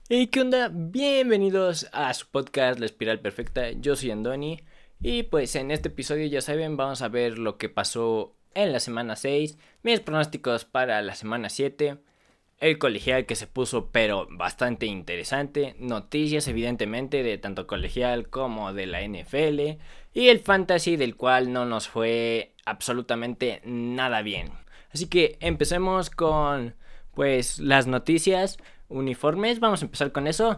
Hey, ¿qué onda? Bienvenidos a su podcast La Espiral Perfecta. Yo soy Andoni y pues en este episodio ya saben vamos a ver lo que pasó en la semana 6, mis pronósticos para la semana 7, el colegial que se puso pero bastante interesante, noticias evidentemente de tanto colegial como de la NFL y el fantasy del cual no nos fue absolutamente nada bien. Así que empecemos con pues las noticias. Uniformes, vamos a empezar con eso.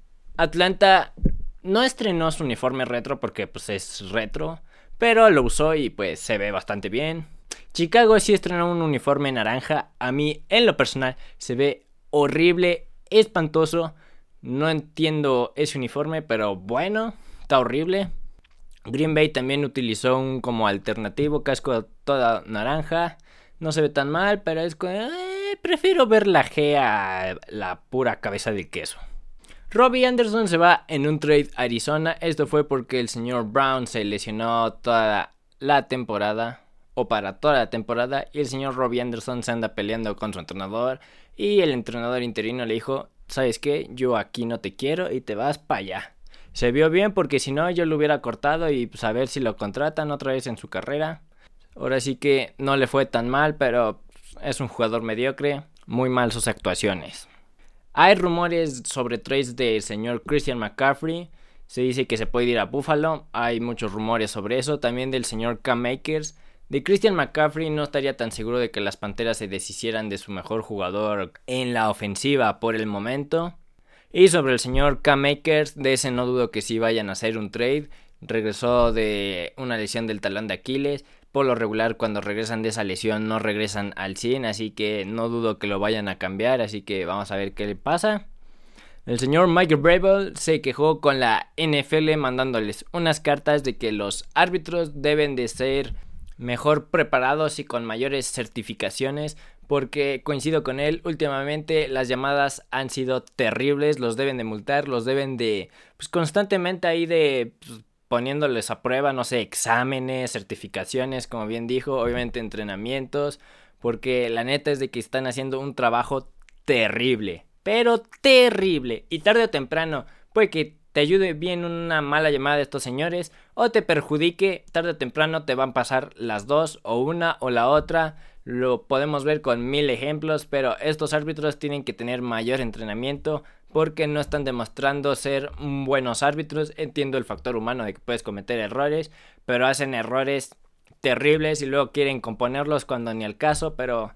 Atlanta no estrenó su uniforme retro porque pues es retro, pero lo usó y pues se ve bastante bien. Chicago sí estrenó un uniforme naranja. A mí en lo personal se ve horrible, espantoso. No entiendo ese uniforme, pero bueno, está horrible. Green Bay también utilizó un como alternativo, casco toda naranja. No se ve tan mal, pero es que prefiero ver la G a la pura cabeza de queso. Robbie Anderson se va en un trade a Arizona. Esto fue porque el señor Brown se lesionó toda la temporada, o para toda la temporada, y el señor Robbie Anderson se anda peleando con su entrenador, y el entrenador interino le dijo: ¿sabes qué? Yo aquí no te quiero y te vas para allá. Se vio bien porque si no yo lo hubiera cortado y pues a ver si lo contratan otra vez en su carrera. Ahora sí que no le fue tan mal, pero es un jugador mediocre, muy mal sus actuaciones. Hay rumores sobre trades del señor Christian McCaffrey. Se dice que se puede ir a Buffalo. Hay muchos rumores sobre eso. También del señor Cam Akers. De Christian McCaffrey no estaría tan seguro de que las Panteras se deshicieran de su mejor jugador en la ofensiva por el momento. Y sobre el señor Cam Akers, de ese no dudo que sí vayan a hacer un trade. Regresó de una lesión del talón de Aquiles. Por lo regular cuando regresan de esa lesión no regresan al 100, así que no dudo que lo vayan a cambiar, así que vamos a ver qué le pasa. El señor Mike Vrabel se quejó con la NFL mandándoles unas cartas de que los árbitros deben de ser mejor preparados y con mayores certificaciones, porque coincido con él, últimamente las llamadas han sido terribles, los deben de multar, los deben de pues constantemente ahí de poniéndoles a prueba, no sé, exámenes, certificaciones, como bien dijo, obviamente entrenamientos, porque la neta es de que están haciendo un trabajo terrible, pero terrible, y tarde o temprano puede que te ayude bien una mala llamada de estos señores o te perjudique, tarde o temprano te van a pasar las dos o una o la otra. Lo podemos ver con 1000 ejemplos, pero estos árbitros tienen que tener mayor entrenamiento porque no están demostrando ser buenos árbitros. Entiendo el factor humano de que puedes cometer errores, pero hacen errores terribles y luego quieren componerlos cuando ni al caso. Pero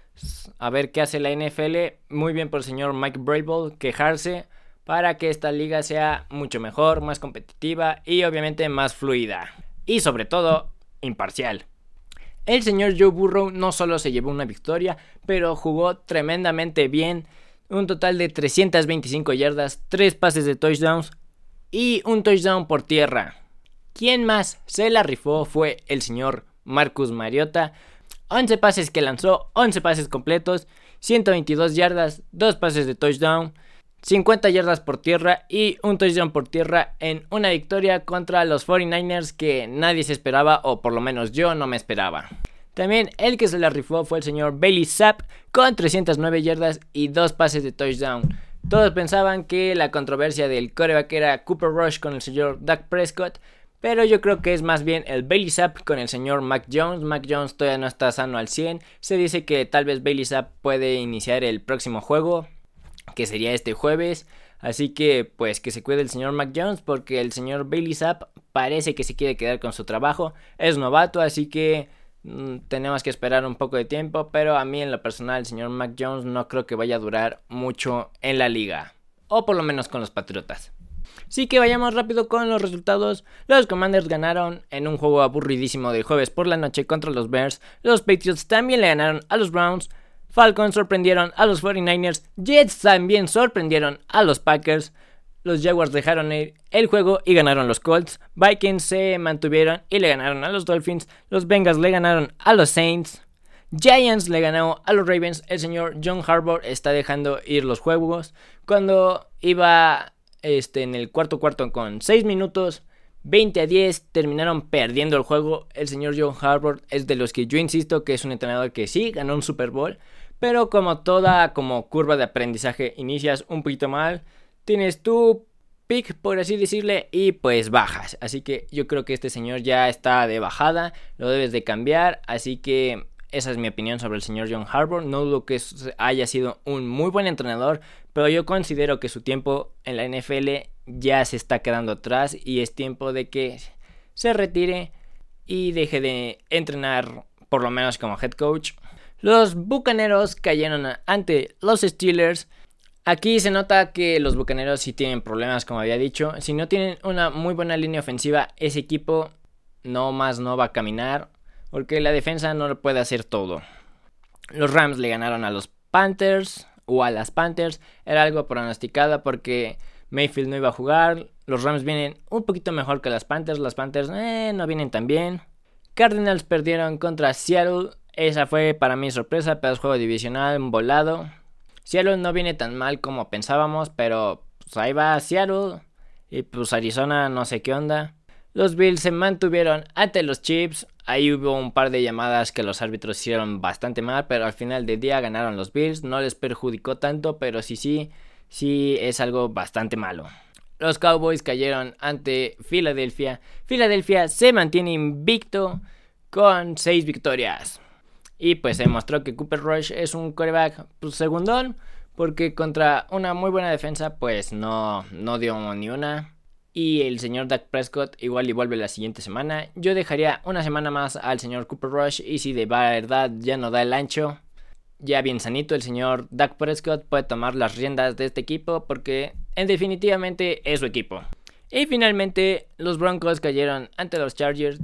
a ver qué hace la NFL. Muy bien por el señor Mike Vrabel quejarse para que esta liga sea mucho mejor, más competitiva y obviamente más fluida y sobre todo imparcial. El señor Joe Burrow no solo se llevó una victoria, pero jugó tremendamente bien. Un total de 325 yardas, 3 pases de touchdowns y un touchdown por tierra. Quien más se la rifó fue el señor Marcus Mariota. 11 pases que lanzó, 11 pases completos, 122 yardas, 2 pases de touchdown, 50 yardas por tierra y un touchdown por tierra en una victoria contra los 49ers que nadie se esperaba, o por lo menos yo no me esperaba. También el que se la rifó fue el señor Bailey Zapp con 309 yardas y 2 pases de touchdown. Todos pensaban que la controversia del quarterback era Cooper Rush con el señor Dak Prescott, pero yo creo que es más bien el Bailey Zapp con el señor Mac Jones. Mac Jones todavía no está sano al 100. Se dice que tal vez Bailey Zapp puede iniciar el próximo juego, que sería este jueves. Así que pues que se cuide el señor Mac Jones, porque el señor Bailey Zapp parece que se quiere quedar con su trabajo. Es novato, así que tenemos que esperar un poco de tiempo, pero a mí en lo personal el señor Mac Jones no creo que vaya a durar mucho en la liga, o por lo menos con los Patriotas. Así que vayamos rápido con los resultados. Los Commanders ganaron en un juego aburridísimo del jueves por la noche contra los Bears. Los Patriots también le ganaron a los Browns. Falcons sorprendieron a los 49ers. Jets también sorprendieron a los Packers. Los Jaguars dejaron ir el juego y ganaron los Colts. Vikings se mantuvieron y le ganaron a los Dolphins. Los Bengals le ganaron a los Saints. Giants le ganó a los Ravens. El señor John Harbaugh está dejando ir los juegos. Cuando iba en el cuarto con 6 minutos, 20-10, terminaron perdiendo el juego. El señor John Harbaugh es de los que yo insisto que es un entrenador que sí ganó un Super Bowl, pero como toda como curva de aprendizaje inicias un poquito mal, tienes tu pick, por así decirle, y pues bajas. Así que yo creo que este señor ya está de bajada, lo debes de cambiar. Así que esa es mi opinión sobre el señor John Harbaugh. No dudo que haya sido un muy buen entrenador, pero yo considero que su tiempo en la NFL ya se está quedando atrás y es tiempo de que se retire y deje de entrenar, por lo menos como head coach. Los Bucaneros cayeron ante los Steelers. Aquí se nota que los Bucaneros sí tienen problemas, como había dicho. Si no tienen una muy buena línea ofensiva, ese equipo no va a caminar, porque la defensa no lo puede hacer todo. Los Rams le ganaron a los Panthers, o a las Panthers. Era algo pronosticado porque Mayfield no iba a jugar. Los Rams vienen un poquito mejor que las Panthers. Las Panthers no vienen tan bien. Cardinals perdieron contra Seattle. Esa fue para mí sorpresa, pero es juego divisional, volado. Seattle no viene tan mal como pensábamos, pero pues ahí va Seattle. Y pues Arizona no sé qué onda. Los Bills se mantuvieron ante los Chiefs. Ahí hubo un par de llamadas que los árbitros hicieron bastante mal, pero al final del día ganaron los Bills. No les perjudicó tanto, pero sí es algo bastante malo. Los Cowboys cayeron ante Filadelfia. Filadelfia se mantiene invicto con 6 victorias. Y pues se demostró que Cooper Rush es un quarterback segundón, porque contra una muy buena defensa pues no dio ni una. Y el señor Dak Prescott igual y vuelve la siguiente semana. Yo dejaría una semana más al señor Cooper Rush, y si de verdad ya no da el ancho, ya bien sanito, el señor Dak Prescott puede tomar las riendas de este equipo, porque definitivamente es su equipo. Y finalmente los Broncos cayeron ante los Chargers.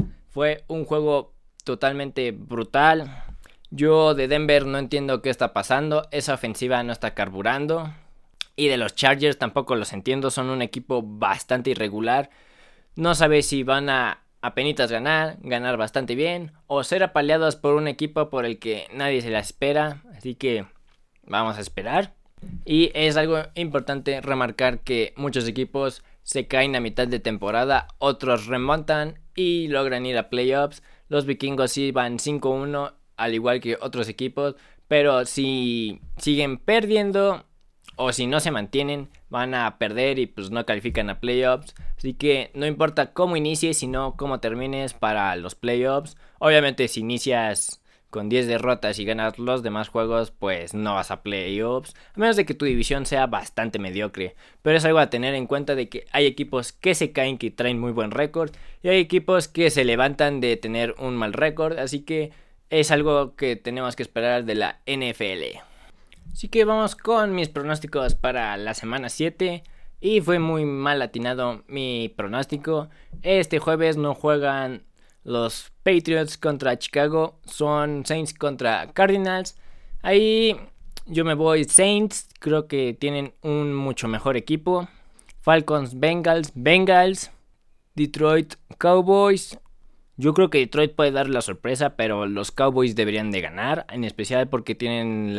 Fue un juego totalmente brutal. Yo de Denver no entiendo qué está pasando. Esa ofensiva no está carburando. Y de los Chargers tampoco los entiendo. Son un equipo bastante irregular. No sabe si van a apenitas ganar bastante bien, o ser apaleados por un equipo por el que nadie se la espera. Así que vamos a esperar. Y es algo importante remarcar que muchos equipos se caen a mitad de temporada, otros remontan y logran ir a playoffs. Los vikingos sí van 5-1, al igual que otros equipos, pero si siguen perdiendo o si no se mantienen, van a perder y pues no califican a playoffs. Así que no importa cómo inicies, sino cómo termines para los playoffs. Obviamente si inicias con 10 derrotas y ganas los demás juegos, pues no vas a playoffs, a menos de que tu división sea bastante mediocre. Pero es algo a tener en cuenta, de que hay equipos que se caen, que traen muy buen récord, y hay equipos que se levantan de tener un mal récord. Así que es algo que tenemos que esperar de la NFL. Así que vamos con mis pronósticos para la semana 7. Y fue muy mal atinado mi pronóstico. Este jueves no juegan los Patriots contra Chicago, son Saints contra Cardinals. Ahí yo me voy Saints, creo que tienen un mucho mejor equipo. Falcons, Bengals, Detroit, Cowboys. Yo creo que Detroit puede dar la sorpresa, pero los Cowboys deberían de ganar, en especial porque tienen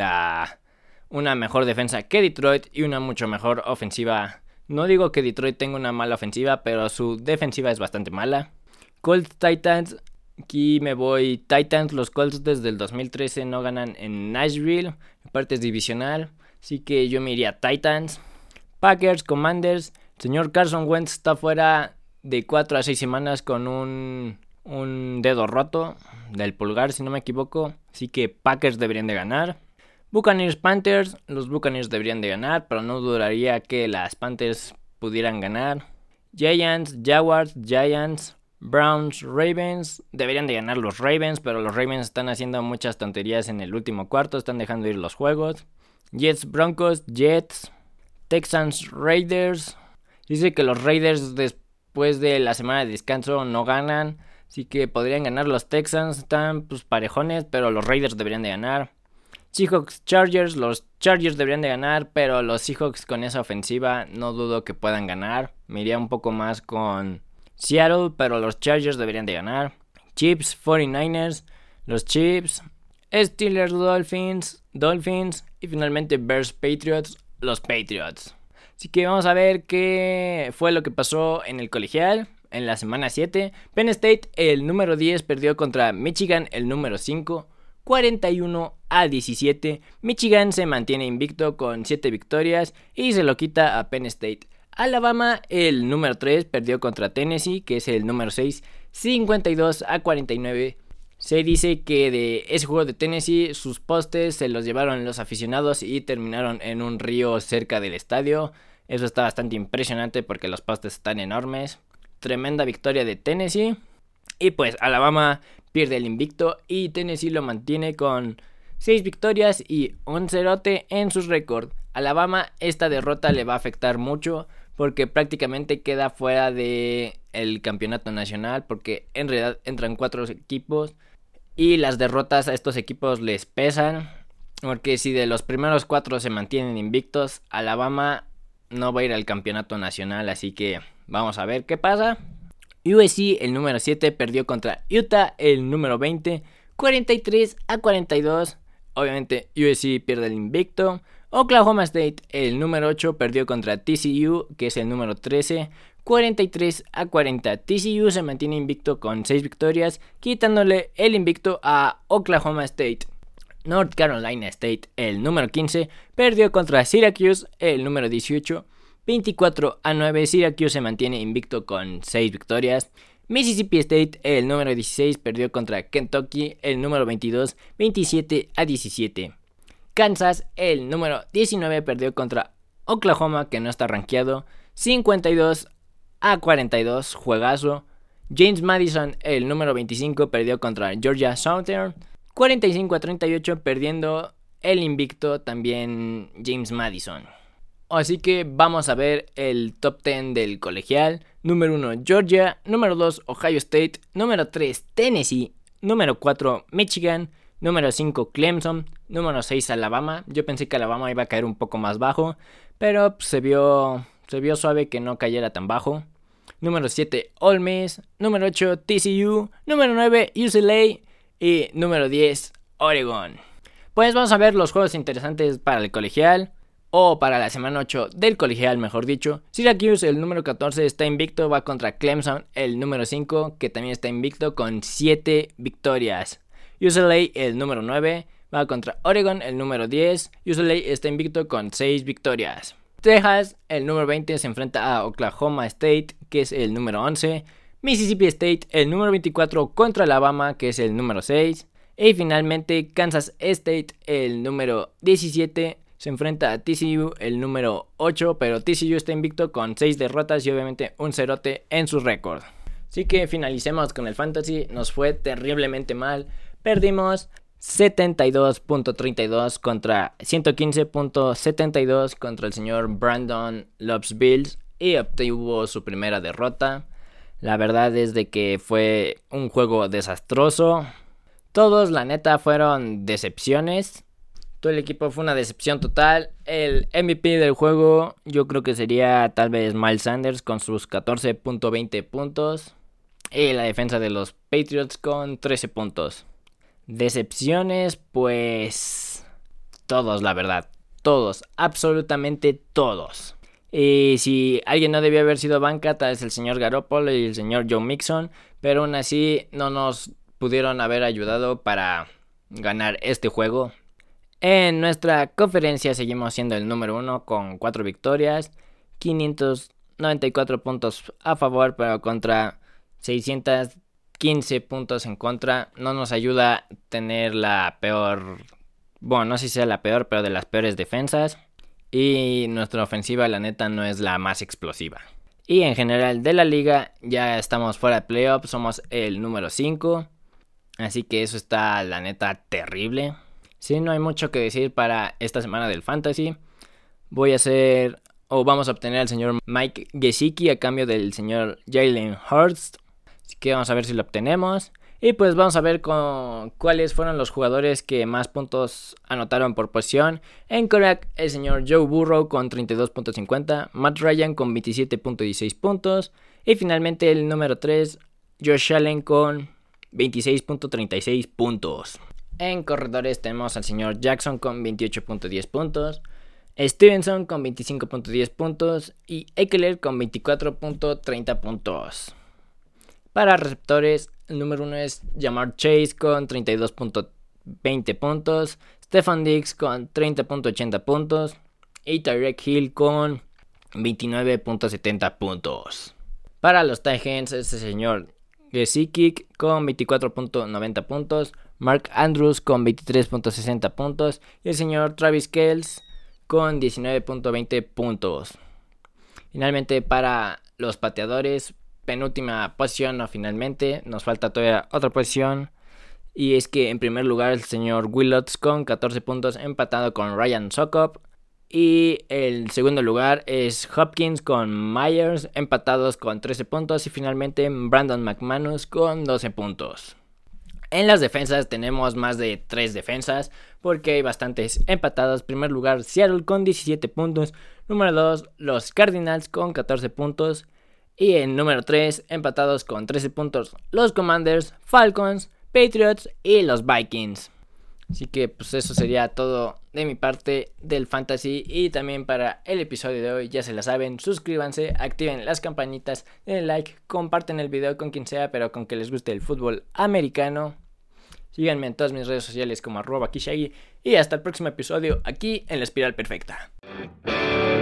una mejor defensa que Detroit y una mucho mejor ofensiva. No digo que Detroit tenga una mala ofensiva, pero su defensiva es bastante mala. Colts, Titans, aquí me voy Titans. Los Colts desde el 2013 no ganan en Nashville, aparte es divisional, así que yo me iría Titans. Packers, Commanders, el señor Carson Wentz está fuera de 4 a 6 semanas con un dedo roto del pulgar, si no me equivoco, así que Packers deberían de ganar. Buccaneers, Panthers, los Buccaneers deberían de ganar, pero no dudaría que las Panthers pudieran ganar. Giants, Jaguars, Giants, Browns, Ravens, deberían de ganar los Ravens, pero los Ravens están haciendo muchas tonterías en el último cuarto, están dejando ir los juegos. Jets, Broncos, Jets, Texans, Raiders. Dice que los Raiders después de la semana de descanso no ganan, así que podrían ganar los Texans, están parejones, pero los Raiders deberían de ganar. Seahawks, Chargers, los Chargers deberían de ganar, pero los Seahawks con esa ofensiva no dudo que puedan ganar. Me iría un poco más con Seattle, pero los Chargers deberían de ganar. Chiefs, 49ers, los Chiefs. Steelers, Dolphins. Y finalmente Bears, Patriots, los Patriots. Así que vamos a ver qué fue lo que pasó en el colegial en la semana 7. Penn State, el número 10, perdió contra Michigan, el número 5. 41-17. Michigan se mantiene invicto con 7 victorias y se lo quita a Penn State. Alabama, el número 3, perdió contra Tennessee, que es el número 6, 52-49. Se dice que de ese juego de Tennessee, sus postes se los llevaron los aficionados y terminaron en un río cerca del estadio. Eso está bastante impresionante porque los postes están enormes. Tremenda victoria de Tennessee. Y pues Alabama pierde el invicto y Tennessee lo mantiene con 6 victorias y un cerote en sus récords. Alabama, esta derrota le va a afectar mucho porque prácticamente queda fuera del campeonato nacional, porque en realidad entran 4 equipos y las derrotas a estos equipos les pesan, porque si de los primeros 4 se mantienen invictos, Alabama no va a ir al campeonato nacional, así que vamos a ver qué pasa. USC, el número 7, perdió contra Utah, el número 20, 43-42. Obviamente USC pierde el invicto. Oklahoma State, el número 8, perdió contra TCU, que es el número 13, 43-40. TCU se mantiene invicto con 6 victorias, quitándole el invicto a Oklahoma State. North Carolina State, el número 15, perdió contra Syracuse, el número 18, 24-9. Syracuse se mantiene invicto con 6 victorias. Mississippi State, el número 16, perdió contra Kentucky, el número 22, 27-17. Kansas, el número 19, perdió contra Oklahoma, que no está rankeado, 52-42, juegazo. James Madison, el número 25, perdió contra Georgia Southern, 45-38, perdiendo el invicto también James Madison. Así que vamos a ver el top 10 del colegial. Número 1, Georgia. Número 2, Ohio State. Número 3, Tennessee. Número 4, Michigan. Número 5, Clemson. Número 6, Alabama. Yo pensé que Alabama iba a caer un poco más bajo, pero se vio suave que no cayera tan bajo. Número 7, Ole Miss. Número 8, TCU. Número 9, UCLA. Y número 10, Oregon. Pues vamos a ver los juegos interesantes para el colegial, o para la semana 8 del colegial, mejor dicho. Syracuse, el número 14, está invicto, va contra Clemson, el número 5, que también está invicto con 7 victorias. UCLA, el número 9, va contra Oregon, el número 10. UCLA está invicto con 6 victorias. Texas, el número 20, se enfrenta a Oklahoma State, que es el número 11. Mississippi State, el número 24, contra Alabama, que es el número 6. Y finalmente Kansas State, el número 17, se enfrenta a TCU, el número 8, pero TCU está invicto con 6 derrotas y obviamente un cerote en su récord. Así que finalicemos con el fantasy. Nos fue terriblemente mal. Perdimos 72.32 contra 115.72 contra el señor Brandon Loves Bills y obtuvo su primera derrota. La verdad es de que fue un juego desastroso. Todos, la neta, fueron decepciones. Todo el equipo fue una decepción total. El MVP del juego yo creo que sería tal vez Miles Sanders con sus 14.20 puntos. Y la defensa de los Patriots con 13 puntos. Decepciones, pues todos, la verdad. Todos, absolutamente todos. Y si alguien no debió haber sido banca, tal vez el señor Garoppolo y el señor Joe Mixon. Pero aún así no nos pudieron haber ayudado para ganar este juego. En nuestra conferencia seguimos siendo el número 1 con 4 victorias, 594 puntos a favor, pero contra 615 puntos en contra. No nos ayuda tener la peor, bueno, no sé si sea la peor, pero de las peores defensas. Y nuestra ofensiva, la neta, no es la más explosiva. Y en general de la liga ya estamos fuera de playoffs, somos el número 5. Así que eso está, la neta, terrible. Sí, no hay mucho que decir para esta semana del fantasy. Vamos a obtener al señor Mike Gesicki a cambio del señor Jalen Hurts. Así que vamos a ver si lo obtenemos. Y pues vamos a ver cuáles fueron los jugadores que más puntos anotaron por posición. En quarterback, el señor Joe Burrow con 32.50. Matt Ryan con 27.16 puntos. Y finalmente el número 3, Josh Allen con 26.36 puntos. En corredores tenemos al señor Jackson con 28.10 puntos, Stevenson con 25.10 puntos y Ekeler con 24.30 puntos. Para receptores, el número 1 es Ja'Marr Chase con 32.20 20 puntos, Stefon Diggs con 30.80 puntos y Tyreek Hill con 29.70 puntos. Para los Titans, este señor Gesicki con 24.90 puntos, Mark Andrews con 23.60 puntos y el señor Travis Kelce con 19.20 puntos. Finalmente, para los pateadores, penúltima posición, finalmente nos falta todavía otra posición, y es que en primer lugar el señor Willots con 14 puntos, empatado con Ryan Succop, y el segundo lugar es Hopkins con Myers, empatados con 13 puntos, y finalmente Brandon McManus con 12 puntos. En las defensas tenemos más de 3 defensas porque hay bastantes empatados. En primer lugar, Seattle con 17 puntos. Número 2, los Cardinals con 14 puntos. Y en número 3, empatados con 13 puntos, los Commanders, Falcons, Patriots y los Vikings. Así que pues eso sería todo de mi parte del Fantasy y también para el episodio de hoy. Ya se la saben, suscríbanse, activen las campanitas, denle like, comparten el video con quien sea, pero con que les guste el fútbol americano. Síganme en todas mis redes sociales como @Kishagi y hasta el próximo episodio aquí en La Espiral Perfecta.